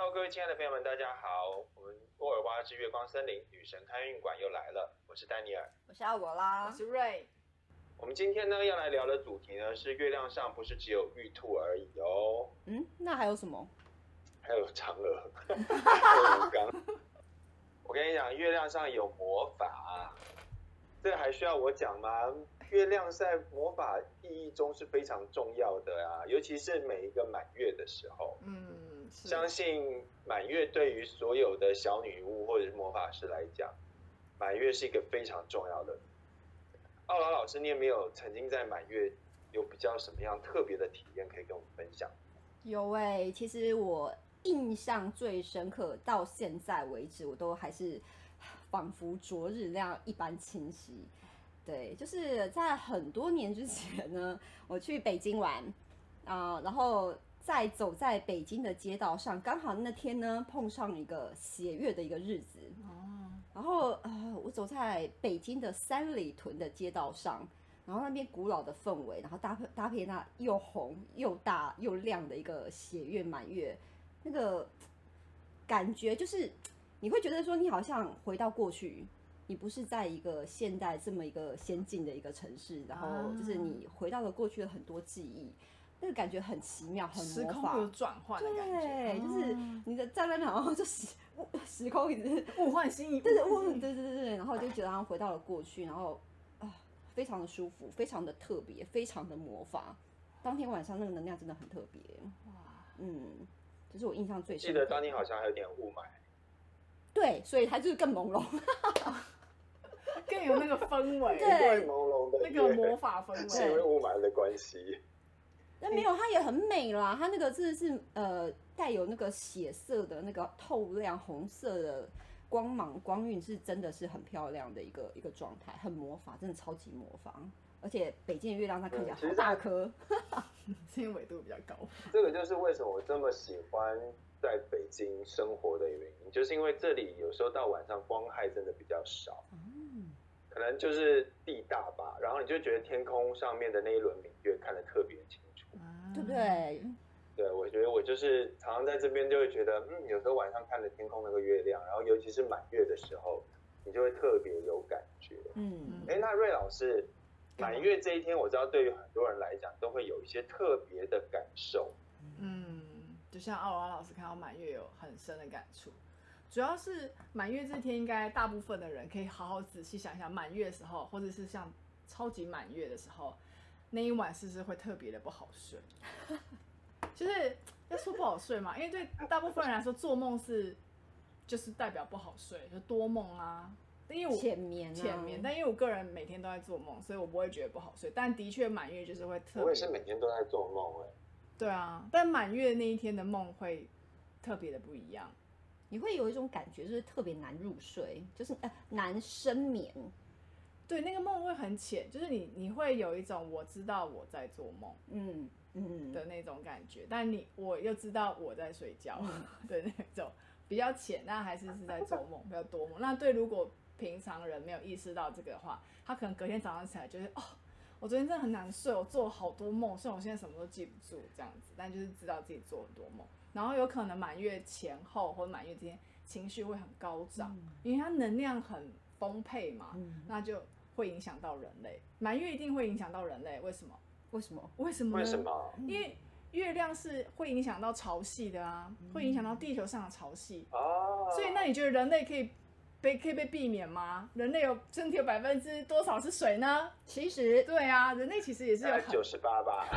Hello， 各位亲爱的朋友们，大家好！我们沃尔蛙之月光森林女神开运馆又来了，我是丹尼尔， 我是奥果拉， 我是瑞。 我们今天呢要来聊的主题呢是月亮上不是只有玉兔而已哦。 那还有什么？ 还有嫦娥、吴刚。我跟你讲，月亮上有魔法，这还需要我讲吗？月亮在魔法意义中是非常重要的啊，尤其是每一个满月的时候。相信满月对于所有的小女巫或者是魔法师来讲，满月是一个非常重要的。奥拉老师，你有没有曾经在满月有比较什么样特别的体验可以跟我们分享？ 有其实我印象最深刻，到现在为止，我都还是仿佛昨日那样一般清晰。对，就是在很多年之前呢，我去北京玩然后走在北京的街道上，刚好那天呢碰上一个血月的一个日子然后我走在北京的三里屯的街道上，然后那边古老的氛围，然后搭配那又红又大又亮的一个血月满月，那个感觉就是你会觉得说你好像回到过去，你不是在一个现代这么一个先进的一个城市，然后就是你回到了过去的很多记忆，那个感觉很奇妙，很魔法， 时空有转换的感觉。 对，就是你的站在那，然后就时空一直物换星移， 对，然后就觉得好像回到了过去，然后非常的舒服，非常的特别，非常的魔法。当天晚上那个能量真的很特别，这是我印象最深刻的。 记得当天好像还有点雾霾。 对，所以它就是更朦胧， 更有那个氛围， 对， 朦胧的那个魔法氛围， 是因为雾霾的关系。 但没有，它也很美啦。它那个真的是带有那个血色的那个透亮红色的光芒光晕，是真的是很漂亮的一个状态，很魔法，真的超级魔法。而且北京的月亮它看起来好大颗， 是因为纬度比较高。 这个就是为什么我这么喜欢在北京生活的原因，就是因为这里有时候到晚上光害真的比较少，可能就是地大吧，然后你就觉得天空上面的那一轮明月看得特别清楚， 对不对？ 对，我觉得我就是常常在这边就会觉得，有时候晚上看着天空那个月亮，然后尤其是满月的时候，你就会特别有感觉。那瑞老师，满月这一天，我知道对于很多人来讲都会有一些特别的感受。 就像奥拉老师看到满月有很深的感触，主要是满月这天，应该大部分的人可以好好仔细想一想，满月的时候，或者是像超级满月的时候，那一晚是不是会特别的不好睡？就是要说不好睡嘛，因为对大部分人来说，做梦就是代表不好睡，就多梦啊。因为我浅眠， 但因为我个人每天都在做梦，所以我不会觉得不好睡。但的确满月就是会特别， 我也是每天都在做梦对啊，但满月那一天的梦会特别的不一样， 你会有一种感觉，就是特别难入睡，就是难深眠。 对，那个梦会很浅，就是你会有一种我知道我在做梦，的那种感觉，但我又知道我在睡觉的那种比较浅，但还是在做梦，比较多梦。那对，如果平常人没有意识到这个的话，他可能隔天早上起来就是我昨天真的很难睡，我做了好多梦，虽然我现在什么都记不住这样子，但就是知道自己做很多梦。然后有可能满月前后或者满月之前情绪会很高涨，因为它能量很丰沛嘛，那就会影响到人类。满月一定会影响到人类，为什么？ 为什么呢？ 为什么？ 因为月亮是会影响到潮汐的啊，会影响到地球上的潮汐所以那你觉得人类可以被避免吗？人类身体有%多少是水呢？ 其实对啊，人类其实也是有 98%吧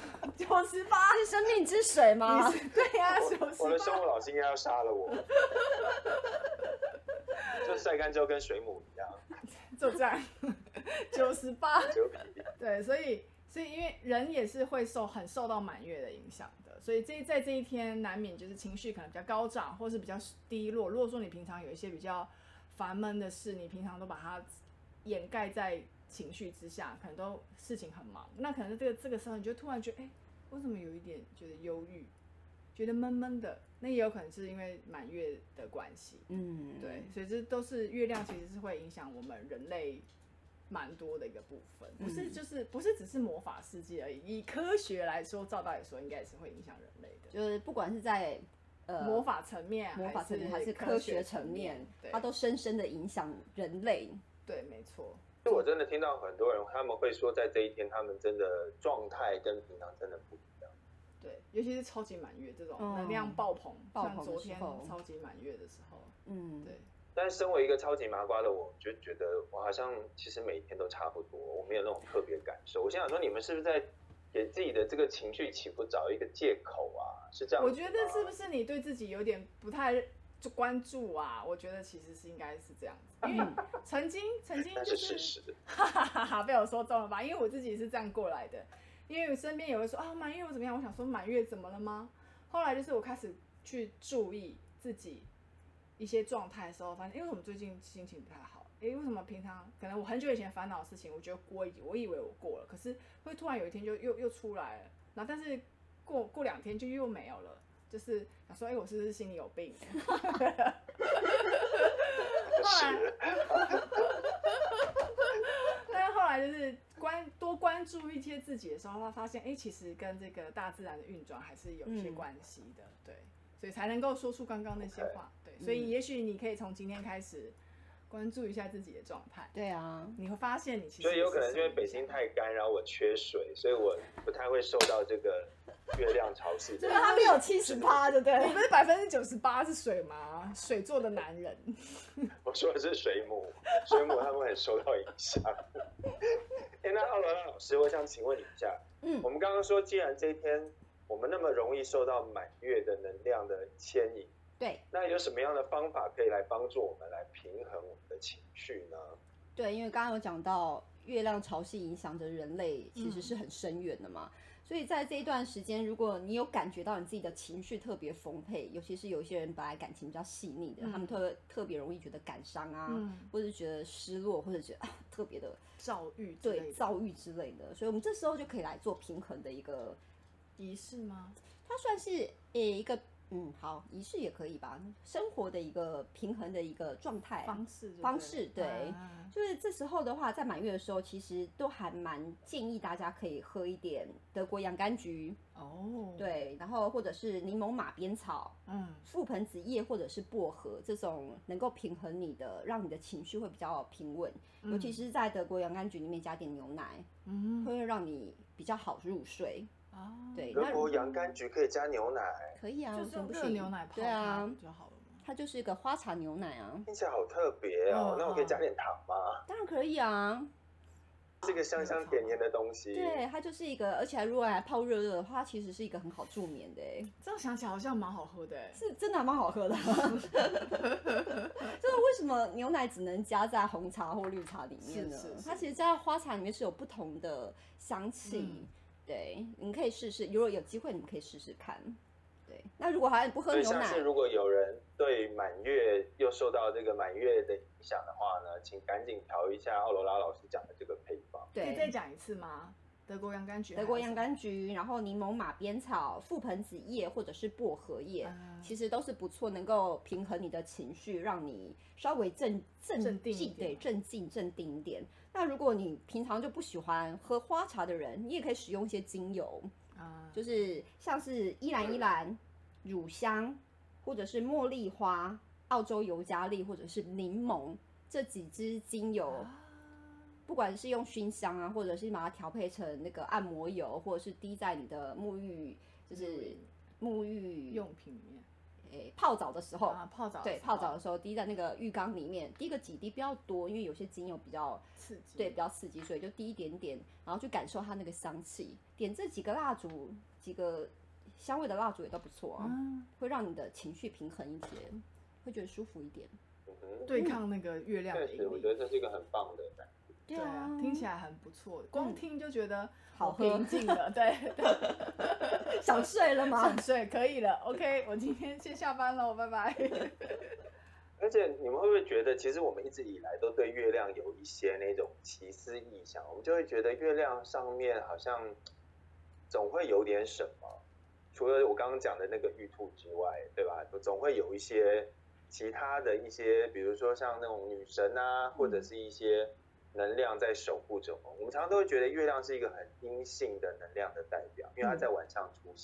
，98 是生命之水吗？ 对啊，98%。 我的生物老师应该要杀了我，就晒干之后跟水母一样， 就这样，98%。对，所以因为人也是会很受到满月的影响的，所以在这一天难免就是情绪可能比较高涨，或是比较低落。如果说你平常有一些比较烦闷的事，你平常都把它掩盖在情绪之下，可能都事情很忙，那可能这个时候你就突然觉得，为什么有一点觉得忧郁，觉得闷闷的？那也有可能是因为满月的关系。对，所以这都是月亮其实是会影响我们人类蛮多的一个部分，不是只是魔法世界而已。以科学来说，照道理说应该也是会影响人类的。 就是不管是在魔法层面还是科学层面，它都深深的影响人类。 对，没错。 我真的听到很多人他们会说，在这一天他们真的状态跟平常真的不一样。 对，尤其是超级满月这种能量爆棚，像昨天超级满月的时候，对。 但是身为一个超级麻瓜的我，就觉得我好像其实每天都差不多，我没有那种特别感受。我想说，你们是不是在给自己的这个情绪起伏找一个借口啊？是这样子吗？ 我觉得是不是你对自己有点不太就关注啊？我觉得其实是应该是这样子，因为曾经就是事实， 被我说中了吧？因为我自己是这样过来的。因为身边有人说啊满月我怎么样，我想说满月怎么了吗？后来就是我开始去注意自己一些状态的时候，发现为什么最近心情不太好？为什么平常可能我很久以前烦恼的事情，我觉得我以为我过了，可是会突然有一天就又出来了，然后但是过2天就又没有了，就是想说我是不是心里有病？但是后来就是多关注一些自己的时候，他发现其实跟这个大自然的运转还是有一些关系的，对，所以才能够说出刚刚那些话，对，所以也许你可以从今天开始关注一下自己的状态。 对啊， 你会发现你其实所以有可能因为北京太干，然后我缺水，所以我不太会受到这个月亮潮汐。 对，它没有70%，对不对？ 你不是98%是水吗？水做的男人。 我说的是水母，水母他们很受到影响。那奥罗拉老师，我想请问你一下，我们刚刚说，既然这一天我们那么容易受到满月的能量的牵引， 对， 那有什么样的方法可以来帮助我们来平衡我们的情绪呢？ 对，因为刚刚有讲到月亮潮汐影响着人类其实是很深远的嘛，所以在这一段时间，如果你有感觉到你自己的情绪特别丰沛，尤其是有一些人本来感情比较细腻的，他们特别容易觉得感伤啊，或者觉得失落，或者觉得特别的躁郁， 对，躁郁之类的，所以我们这时候就可以来做平衡的一个仪式吗？ 它算是一个好，仪式也可以吧，生活的一个平衡的一个状态方式，对，就是这时候的话，在满月的时候，其实都还蛮建议大家可以喝一点德国洋甘菊对，然后或者是柠檬马鞭草，覆盆子叶或者是薄荷这种能够平衡你的，让你的情绪会比较平稳，尤其是在德国洋甘菊里面加点牛奶，会让你比较好入睡。对， 德国洋甘菊可以加牛奶， 可以啊， 就是用热牛奶泡它就好了吗？ 它就是一个花茶牛奶啊， 听起来好特别哦。那我可以加点糖吗？ 当然可以啊， 这个香香甜甜的东西， 对，它就是一个，而且如果还泡热热的话，它其实是一个很好助眠的。 这样想起来好像蛮好喝的， 是真的还蛮好喝的。就是为什么牛奶只能加在红茶或绿茶里面呢？它其实加在花茶里面是有不同的香气。对，你可以试试，如果有机会，你们可以试试看。对，那如果还不喝牛奶， 所以下次如果有人对满月又受到这个满月的影响的话呢，请赶紧调一下奥罗拉老师讲的这个配方。 可以再讲一次吗？德国洋甘菊，然后柠檬马鞭草、覆盆子叶或者是薄荷叶，其实都是不错，能够平衡你的情绪，让你稍微镇定一点。那如果你平常就不喜欢喝花茶的人，你也可以使用一些精油，就是像是依兰、乳香，或者是茉莉花、澳洲尤加利或者是柠檬这几支精油。不管是用熏香啊，或者是把它调配成那个按摩油，或者是滴在你的沐浴用品里面， 泡澡的时候， 泡澡的时候滴在那个浴缸里面，滴个几滴不要多，因为有些精油比较刺激， 对，比较刺激，所以就滴一点点，然后去感受它那个香气。点这几个蜡烛，几个香味的蜡烛也都不错啊，会让你的情绪平衡一些，会觉得舒服一点， 对抗那个月亮的引力。 我觉得这是一个很棒的感觉。 对啊，听起来很不错，光听就觉得好平静了。对， 想睡了吗？ 想睡，可以了。OK， 我今天先下班了，拜拜。 而且你们会不会觉得，其实我们一直以来都对月亮有一些那种奇思异想，我们就会觉得月亮上面好像总会有点什么，除了我刚刚讲的那个玉兔之外，对吧？总会有一些其他的一些，比如说像那种女神啊，或者是一些能量在守护着我们。我们常常都会觉得月亮是一个很阴性的能量的代表，因为它在晚上出现，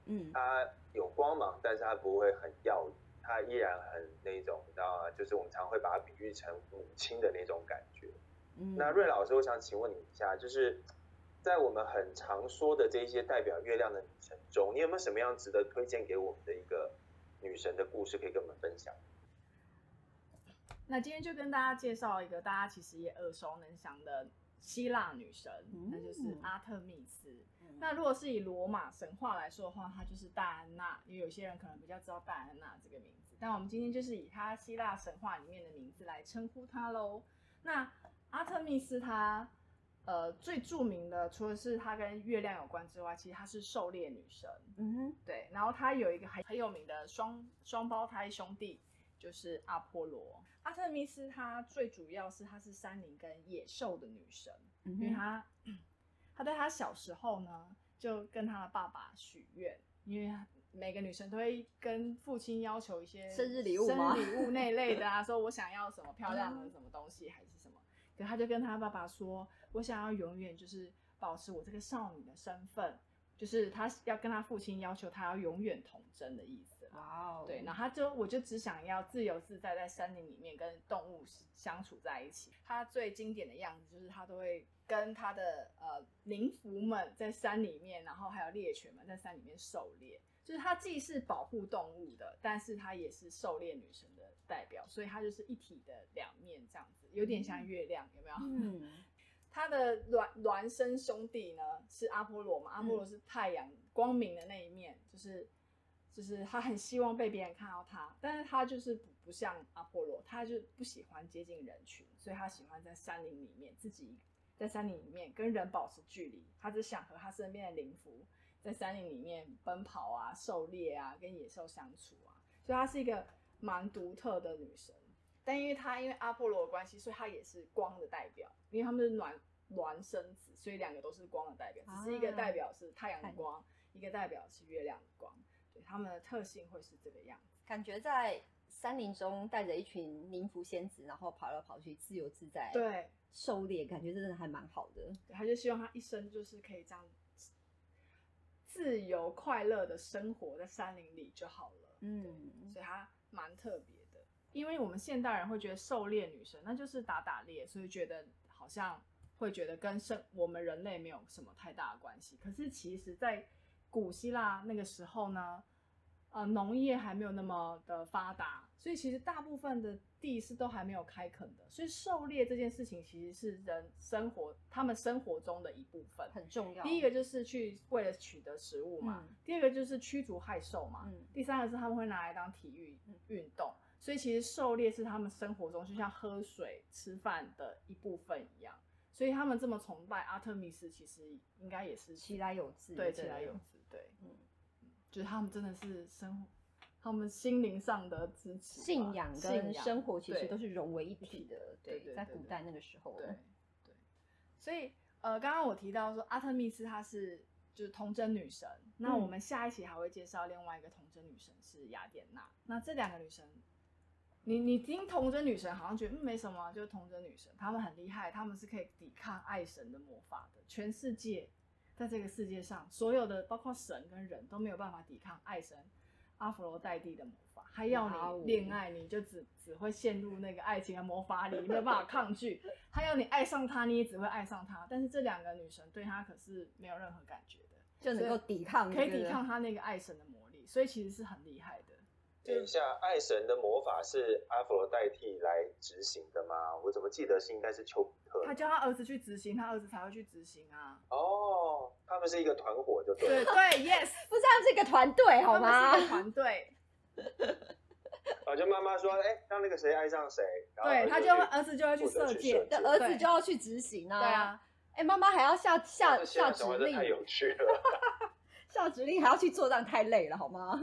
它有光芒，但是它不会很耀眼，它依然很那种，你知道吗？就是我们常会把它比喻成母亲的那种感觉。那瑞老师，我想请问你一下，就是在我们很常说的这些代表月亮的女神中，你有没有什么样值得推荐给我们的一个女神的故事可以跟我们分享？ 那今天就跟大家介绍一个大家其实也耳熟能详的希腊女神，那就是阿特密斯。那如果是以罗马神话来说的话，她就是戴安娜，因为有些人可能比较知道戴安娜这个名字，但我们今天就是以她希腊神话里面的名字来称呼她咯。那阿特密斯她最著名的，除了是她跟月亮有关之外，其实她是狩猎女神。对，然后她有一个很有名的双胞胎兄弟，就是阿波罗。阿特密斯她最主要是她是山林跟野兽的女神，因为她在她小时候呢就跟她的爸爸许愿，因为每个女生都会跟父亲要求一些生日礼物吗？ 生日礼物那一类的啊，说我想要什么漂亮的什么东西还是什么，可她就跟她爸爸说，我想要永远就是保持我这个少女的身份。就是他要跟他父亲要求他要永远童真的意思。 哇哦， 对，然后我就只想要自由自在在山林里面跟动物相处在一起。他最经典的样子就是他都会跟他的灵符们在山里面，然后还有猎犬们在山里面狩猎。就是他既是保护动物的，但是他也是狩猎女神的代表，所以他就是一体的两面这样子，有点像月亮，有没有？他的孪生兄弟呢是阿波罗嘛，阿波罗是太阳光明的那一面，就是他很希望被别人看到他，但是他就是不像阿波罗，他就不喜欢接近人群，所以他喜欢在山林里面自己在山林里面跟人保持距离，他只想和他身边的灵符在山林里面奔跑啊、狩猎啊、跟野兽相处啊，所以他是一个蛮独特的女神。但因为阿波罗的关系，所以他也是光的代表，因为他们是孪生子，所以两个都是光的代表，只是一个代表是太阳的光，一个代表是月亮的光，对，他们的特性会是这个样子。 感觉在山林中带着一群灵符仙子，然后跑来跑去，自由自在， 对， 狩猎，感觉真的还蛮好的。 对，他就希望他一生就是可以这样自由快乐的生活在山林里就好了。所以他蛮特别的。因为我们现代人会觉得狩猎女神那就是打猎，所以觉得好像会觉得跟我们人类没有什么太大的关系。可是其实在古希腊那个时候呢，农业还没有那么的发达，所以其实大部分的地是都还没有开垦的，所以狩猎这件事情其实是他们生活中的一部分， 很重要。 第一个就是为了取得食物嘛，第二个就是驱逐害兽嘛，第三个是他们会拿来当体育运动。所以其实狩猎是他们生活中就像喝水、吃饭的一部分一样，所以他们这么崇拜阿特密斯，其实应该也是其来有自。 对，其来有自，对，就是他们真的是他们心灵上的支持， 信仰跟生活其实都是融为一体的。对，在古代那个时候， 对。所以刚刚我提到说阿特密斯她就是童真女神，那我们下一期还会介绍另外一个童真女神是雅典娜。那这两个女神。你听童真女神好像觉得没什么，就是童真女神，她们很厉害，她们是可以抵抗爱神的魔法的。全世界，在这个世界上，所有的包括神跟人都没有办法抵抗爱神阿佛罗代蒂的魔法。还要你恋爱，你就只会陷入那个爱情的魔法里，没有办法抗拒。还要你爱上他，你也只会爱上他。但是这两个女神对他可是没有任何感觉的， 就能够抵抗， 可以抵抗他那个爱神的魔力，所以其实是很厉害的。 等一下，爱神的魔法是阿佛罗代替来执行的吗？我怎么记得是应该是丘比特？ 他叫他儿子去执行，他儿子才会去执行啊。 哦，他们是一个团伙就对了。 对 ，yes， 不是他们是一个团队好吗？ 他们是一个团队。 就妈妈说，让那个谁爱上谁， 对，儿子就会去射箭， 儿子就要去执行啊。 对啊， 妈妈还要下指令， 太有趣了。 下指令还要去做，这样太累了好吗？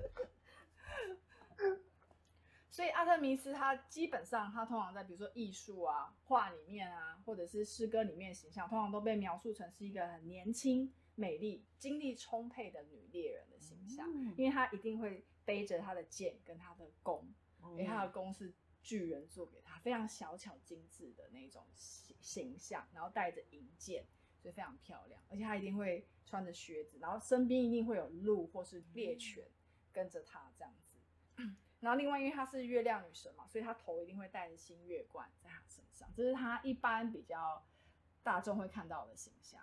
所以阿特弥斯他基本上他通常在比如说艺术啊、画里面啊，或者是诗歌里面的形象，通常都被描述成是一个很年轻、美丽、精力充沛的女猎人的形象，因为他一定会背着他的剑跟他的弓，因为他的弓是巨人做给他，非常小巧精致的那种形象，然后带着银剑， 所以非常漂亮，而且她一定会穿着靴子，然后身边一定会有鹿或是猎犬跟着她这样子。然后另外因为她是月亮女神嘛，所以她头一定会戴着新月冠在她身上，这是她一般比较大众会看到的形象。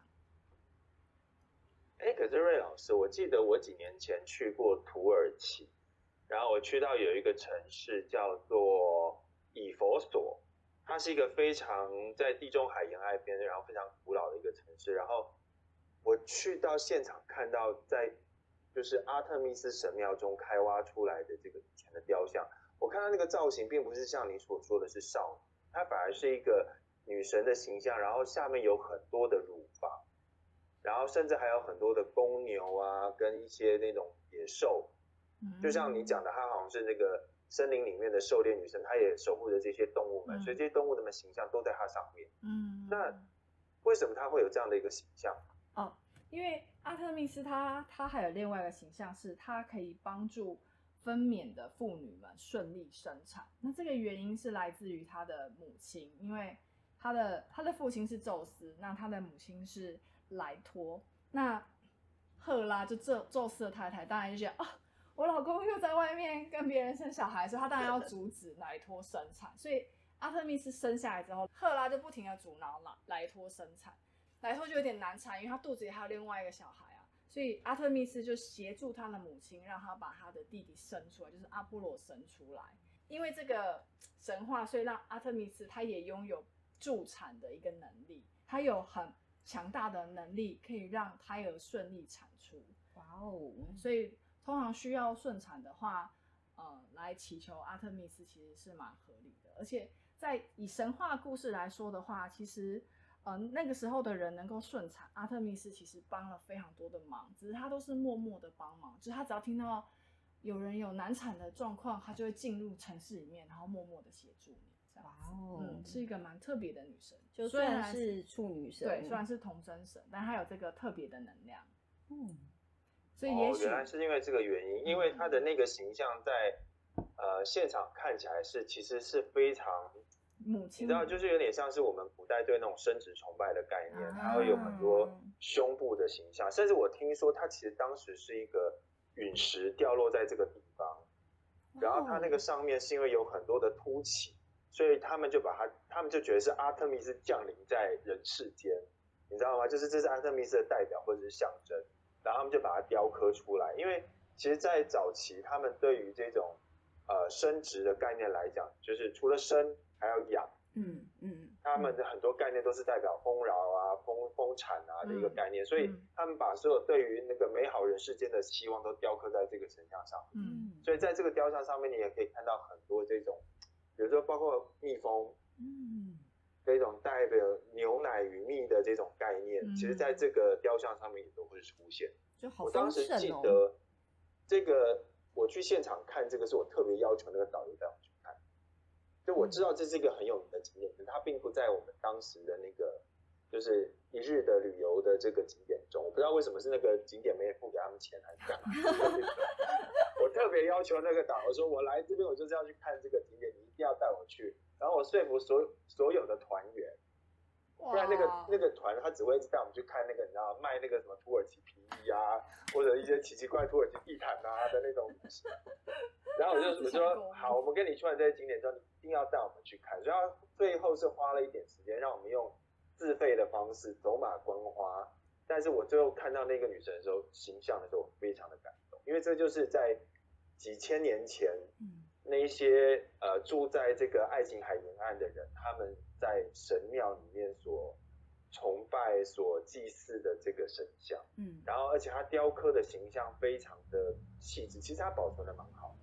可是瑞老师，我记得我几年前去过土耳其，然后我去到有一个城市叫做以弗所，它是一个非常在地中海沿岸边，然后非常古老的一个城市。然后我去到现场看到在就是阿特密斯神庙中开挖出来的这个以前的雕像，我看到那个造型并不是像你所说的是少女，它反而是一个女神的形象，然后下面有很多的乳房，然后甚至还有很多的公牛啊，跟一些那种野兽，就像你讲的，她好像是那个森林里面的狩猎女神，她也守护着这些动物们，所以这些动物的形象都在她上面。那为什么她会有这样的一个形象？ 因为阿特密斯她还有另外一个形象是，她可以帮助分娩的妇女们顺利生产。那这个原因是来自于她的母亲，因为她的父亲是宙斯，那她的母亲是莱托。那赫拉就宙斯的太太，当然就觉得我老公又在外面跟别人生小孩，所以她当然要阻止莱托生产。所以阿特密斯生下来之后，赫拉就不停的阻挠莱托生产。莱托就有点难产，因为他肚子里还有另外一个小孩啊，所以阿特密斯就协助他的母亲，让他把他的弟弟生出来，就是阿波罗生出来。因为这个神话，所以让阿特密斯他也拥有助产的一个能力，他有很强大的能力可以让胎儿顺利产出。 哇哦！ 所以通常需要顺产的话，来祈求阿特密斯其实是蛮合理的。而且以神话故事来说的话，其实那个时候的人能够顺产，阿特密斯其实帮了非常多的忙，只是他都是默默的帮忙，就是他只要听到有人有难产的状况，他就会进入城市里面，然后默默的协助你。这样子， 哇哦， 是一个蛮特别的女神， 就虽然是处女神， 对，虽然是童真神，但她有这个特别的能量。所以也许原来是因为这个原因，因为她的那个形象在现场看起来其实是非常。 母亲， 你知道，就是有点像是我们古代对那种生殖崇拜的概念，它会有很多胸部的形象，甚至我听说它其实当时是一个陨石掉落在这个地方，然后它那个上面是因为有很多的凸起，所以他们就觉得是阿特密斯降临在人世间，你知道吗？就是这是阿特密斯的代表或者是象征，然后他们就把它雕刻出来。因为其实在早期他们对于这种生殖的概念来讲，就是除了生还要养，他们的很多概念都是代表丰饶啊、丰产啊的一个概念，所以他们把所有对于那个美好人世间的希望都雕刻在这个神像上面。所以在这个雕像上面，你也可以看到很多这种，比如说包括蜜蜂，这种代表牛奶与蜜的这种概念，其实在这个雕像上面也都会出现。 就好我当时记得这个，我去现场看这个，是我特别要求那个导游带我去看。就我知道这是一个很有名的景点，可是它并不在我们当时的那个就是一日的旅游的这个景点中。我不知道为什么是那个景点没付给他们钱还是干嘛。我特别要求那个导游说，我来这边我就是要去看这个景点，你一定要带我去。然后我说服所有的团员，不然那个团他只会带我们去看那个你知道卖那个什么土耳其皮衣啊，或者一些奇奇怪土耳其地毯啊的那种东西。然后我就说好，我们跟你去完这些景点之后，你一定要带我们去看。所以他最后是花了一点时间，让我们用自费的方式走马观花。但是我最后看到那个女神的时候，形象的时候，我非常的感动，因为这就是在几千年前，那一些住在这个爱琴海沿岸的人，他们在神庙里面所崇拜、所祭祀的这个神像。然后而且他雕刻的形象非常的细致，其实他保存的蛮好。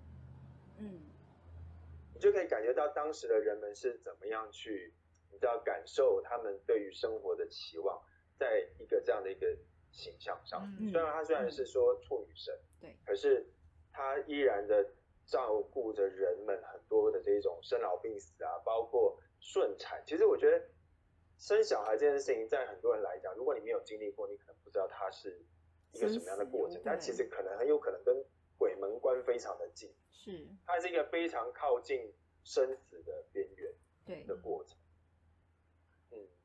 你就可以感觉到当时的人们是怎么样去，你知道感受他们对于生活的期望，在一个这样的一个形象上。虽然是说处女神， 对， 可是他依然的照顾着人们很多的这种生老病死啊，包括顺产。其实我觉得生小孩这件事情，在很多人来讲，如果你没有经历过，你可能不知道它是一个什么样的过程，但其实很有可能跟鬼门关非常的近， 是它是一个非常靠近生死的边缘的过程。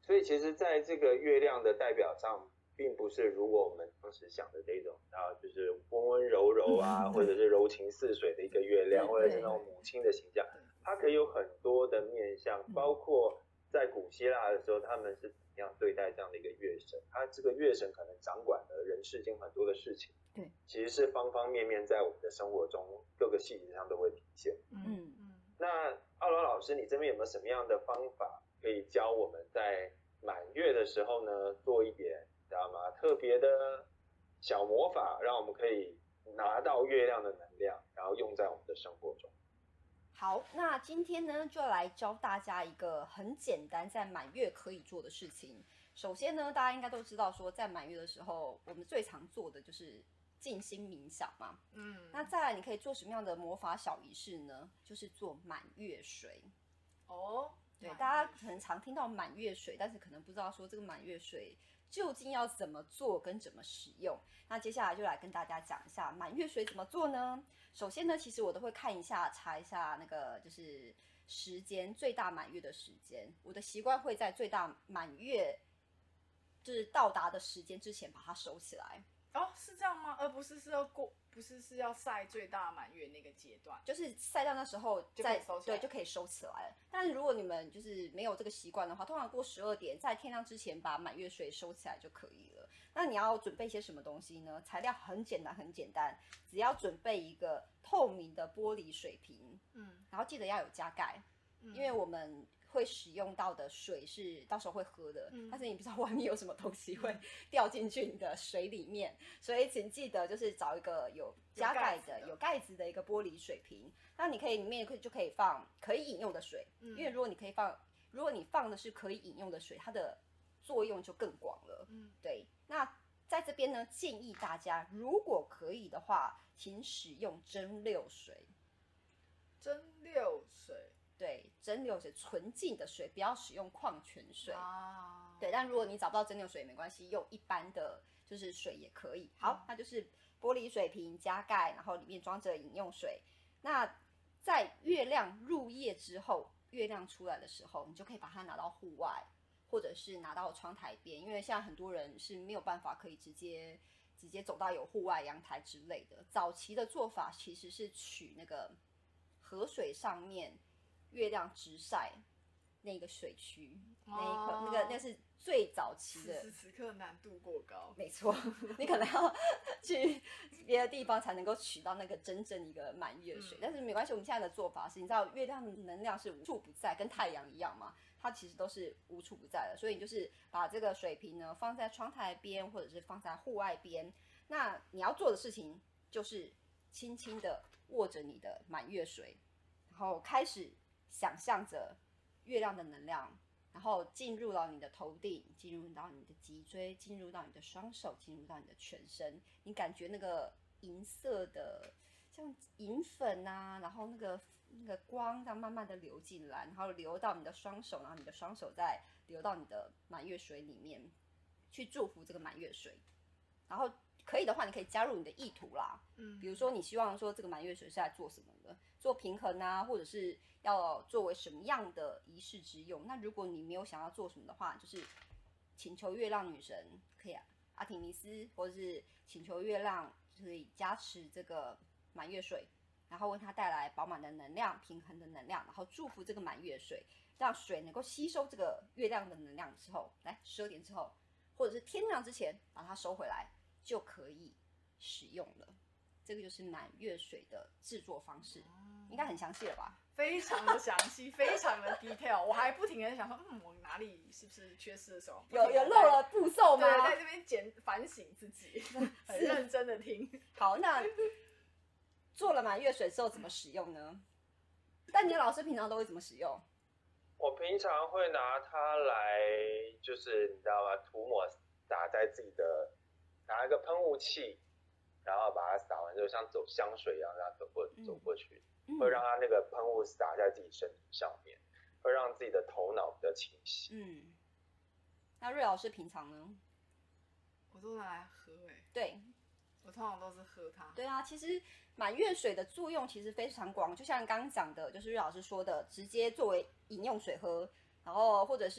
所以其实在这个月亮的代表上，并不是如果我们当时想的这种就是温温柔柔啊，或者是柔情似水的一个月亮，或者是那种母亲的形象，它可以有很多的面向，包括在古希腊的时候，他们是怎么样对待这样的一个月神，他这个月神可能掌管了人世间很多的事情， 对， 其实是方方面面在我们的生活中各个细节上都会体现。那奥罗老师，你这边有没有什么样的方法可以教我们在满月的时候呢，做一点知道吗？特别的小魔法，让我们可以拿到月亮的能量，然后用在我们的生活中。 好，那今天呢，就来教大家一个很简单在满月可以做的事情。首先呢，大家应该都知道说，在满月的时候，我们最常做的就是静心冥想嘛。那再来，你可以做什么样的魔法小仪式呢？就是做满月水。对，大家可能常听到满月水，但是可能不知道说这个满月水究竟要怎么做跟怎么使用。那接下来就来跟大家讲一下满月水怎么做呢？首先呢，其实我都会看一下查一下那个就是时间，最大满月的时间。我的习惯会在最大满月就是到达的时间之前把它收起来。 是这样吗？而不是是要晒最大满月那个阶段， 就是晒到那时候就可以收起来， 对，就可以收起来了。但是如果你们就是没有这个习惯的话，通常过12点，在天亮之前把满月水收起来就可以了。那你要准备些什么东西呢？材料很简单，很简单，只要准备一个透明的玻璃水瓶，然后记得要有加盖，因为我们会使用到的水是到时候会喝的，但是你不知道外面有什么东西会掉进去你的水里面，所以请记得就是找一个有加盖的、有盖子的一个玻璃水瓶。那你可以里面就可以放可以饮用的水，因为如果你放的是可以饮用的水，它的作用就更广了。对。那在这边呢，建议大家如果可以的话，请使用蒸馏水。 蒸馏水。 对，蒸馏水纯净的水，不要使用矿泉水。对，但如果你找不到蒸馏水也没关系，用一般的就是水也可以。好，那就是玻璃水瓶加盖，然后里面装着饮用水。那在月亮入夜之后，月亮出来的时候，你就可以把它拿到户外，或者是拿到窗台边，因为现在很多人是没有办法可以直接走到有户外阳台之类的。早期的做法其实是取那个河水上面月亮直晒那个水区，那是最早期的。 此时此刻难度过高， 没错，你可能要去别的地方才能够取到那个真正一个满月水。但是没关系，我们现在的做法是，你知道月亮的能量是无处不在，跟太阳一样嘛，它其实都是无处不在的。所以你就是把这个水瓶呢放在窗台边，或者是放在户外边。那你要做的事情就是轻轻的握着你的满月水，然后开始想象着月亮的能量，然后进入到你的头顶，进入到你的脊椎，进入到你的双手，进入到你的全身。你感觉那个银色的，像银粉啊，然后那个光这样慢慢的流进来，然后流到你的双手，然后你的双手再流到你的满月水里面，去祝福这个满月水。然后可以的话，你可以加入你的意图啦，比如说你希望说这个满月水是来做什么的，做平衡啊，或者是要作为什么样的仪式之用。那如果你没有想要做什么的话，就是请求月亮女神可以阿提米斯，或者是请求月亮可以加持这个满月水，然后为它带来饱满的能量、平衡的能量，然后祝福这个满月水，让水能够吸收这个月亮的能量之后，来12点之后，或者是天亮之前把它收回来，就可以使用了。这个就是满月水的制作方式，应该很详细了吧？ 非常的详细，非常的 detail。我还不停的想说，我哪里是不是缺失的时候？ 有漏了步骤吗？ 对，在这边反省自己，很认真的听。 好，那做了满月水之后怎么使用呢？但你的老师平常都会怎么使用？ 我平常会拿它来，就是你知道吗？涂抹打在自己的，拿一个喷雾器，然后把它撒完之后，像走香水一样，让它走过去，会让它那个喷雾洒在自己身体上面，会让自己的头脑比较清晰。 那瑞老师平常呢？ 我都拿来喝对， 我通常都是喝它。 对啊，其实满月水的作用其实非常广，就像刚刚讲的，就是瑞老师说的，直接作为饮用水喝，然后或者是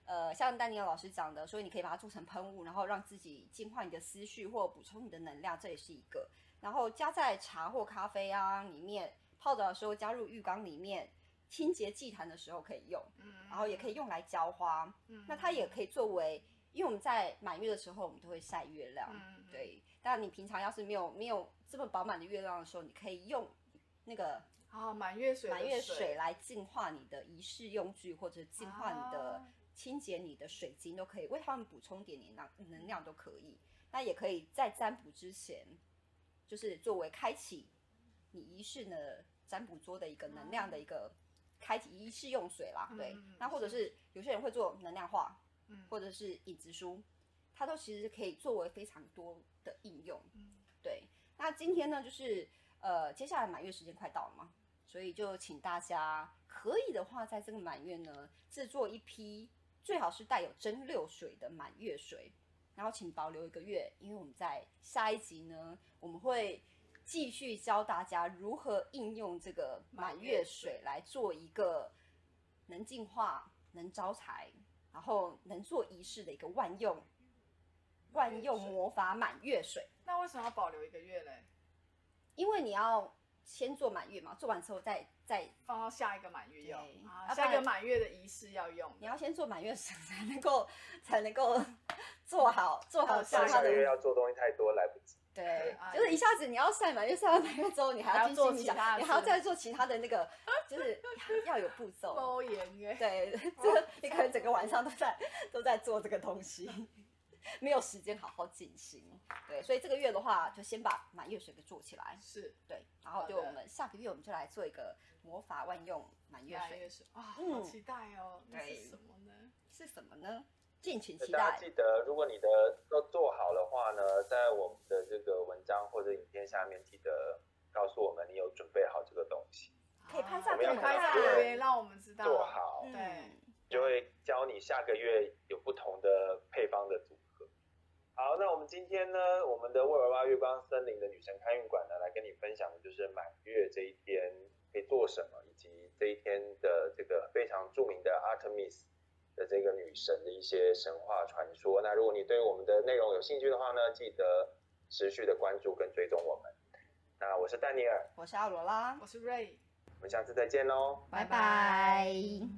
像丹尼尔老师讲的，所以你可以把它做成喷雾，然后让自己净化你的思绪或补充你的能量，这也是一个。然后加在茶或咖啡啊里面，泡澡的时候加入浴缸里面，清洁祭坛的时候可以用，然后也可以用来浇花。那它也可以作为，因为我们在满月的时候，我们都会晒月亮，对。但你平常要是没有这么饱满的月亮的时候，你可以用那个满月水来净化你的仪式用具，或者净化你的、清洁你的水晶都可以，为他们补充点能量都可以。那也可以在占卜之前，就是作为开启你仪式的占卜桌的一个能量的一个开启仪式用水啦，对。那或者是有些人会做能量画，或者是影子书，它都其实可以作为非常多的应用，对。那今天呢，就是接下来满月时间快到了嘛，所以就请大家可以的话，在这个满月呢，制作一批最好是带有蒸馏水的满月水，然后请保留1个月，因为我们在下一集呢，我们会继续教大家如何应用这个满月水来做一个能净化、能招财，然后能做仪式的一个万用魔法满月水。 那为什么要保留1个月嘞？ 因为你要先做满月嘛，做完之后再放到下一个满月用，下一个满月的仪式要用。 你要先做满月水才能够做好其他的。 月要做东西太多来不及。 对，就是一下子你要晒满月，晒完满月之后，你还要做其他， 你还要再做其他的那个，就是要有步骤。 抽烟耶。 对，这你可能整个晚上都在做这个东西，没有时间好好进行。对，所以这个月的话，就先把满月水给做起来。 是， 对，然后我们下个月我们就来做一个魔法万用满月水。 哇，好期待哦！那是什么呢？ 是什么呢？敬请期待。 大家记得，如果你的都做好的话呢，在我们的这个文章或者影片下面，记得告诉我们你有准备好这个东西。 可以拍照， 可以拍照留言让我们知道。 做好， 对， 就会教你下个月有不同的配方的组合。好，那我们今天呢，我们的沃尔玛月光森林的女神开运馆呢，来跟你分享的就是满月这一天可以做什么，以及这一天的这个非常著名的 Artemis 的这个女神的一些神话传说。那如果你对我们的内容有兴趣的话呢，记得持续的关注跟追踪我们。那我是丹尼尔， 我是阿罗拉， 我是 Ray， 我们下次再见喽， 拜拜。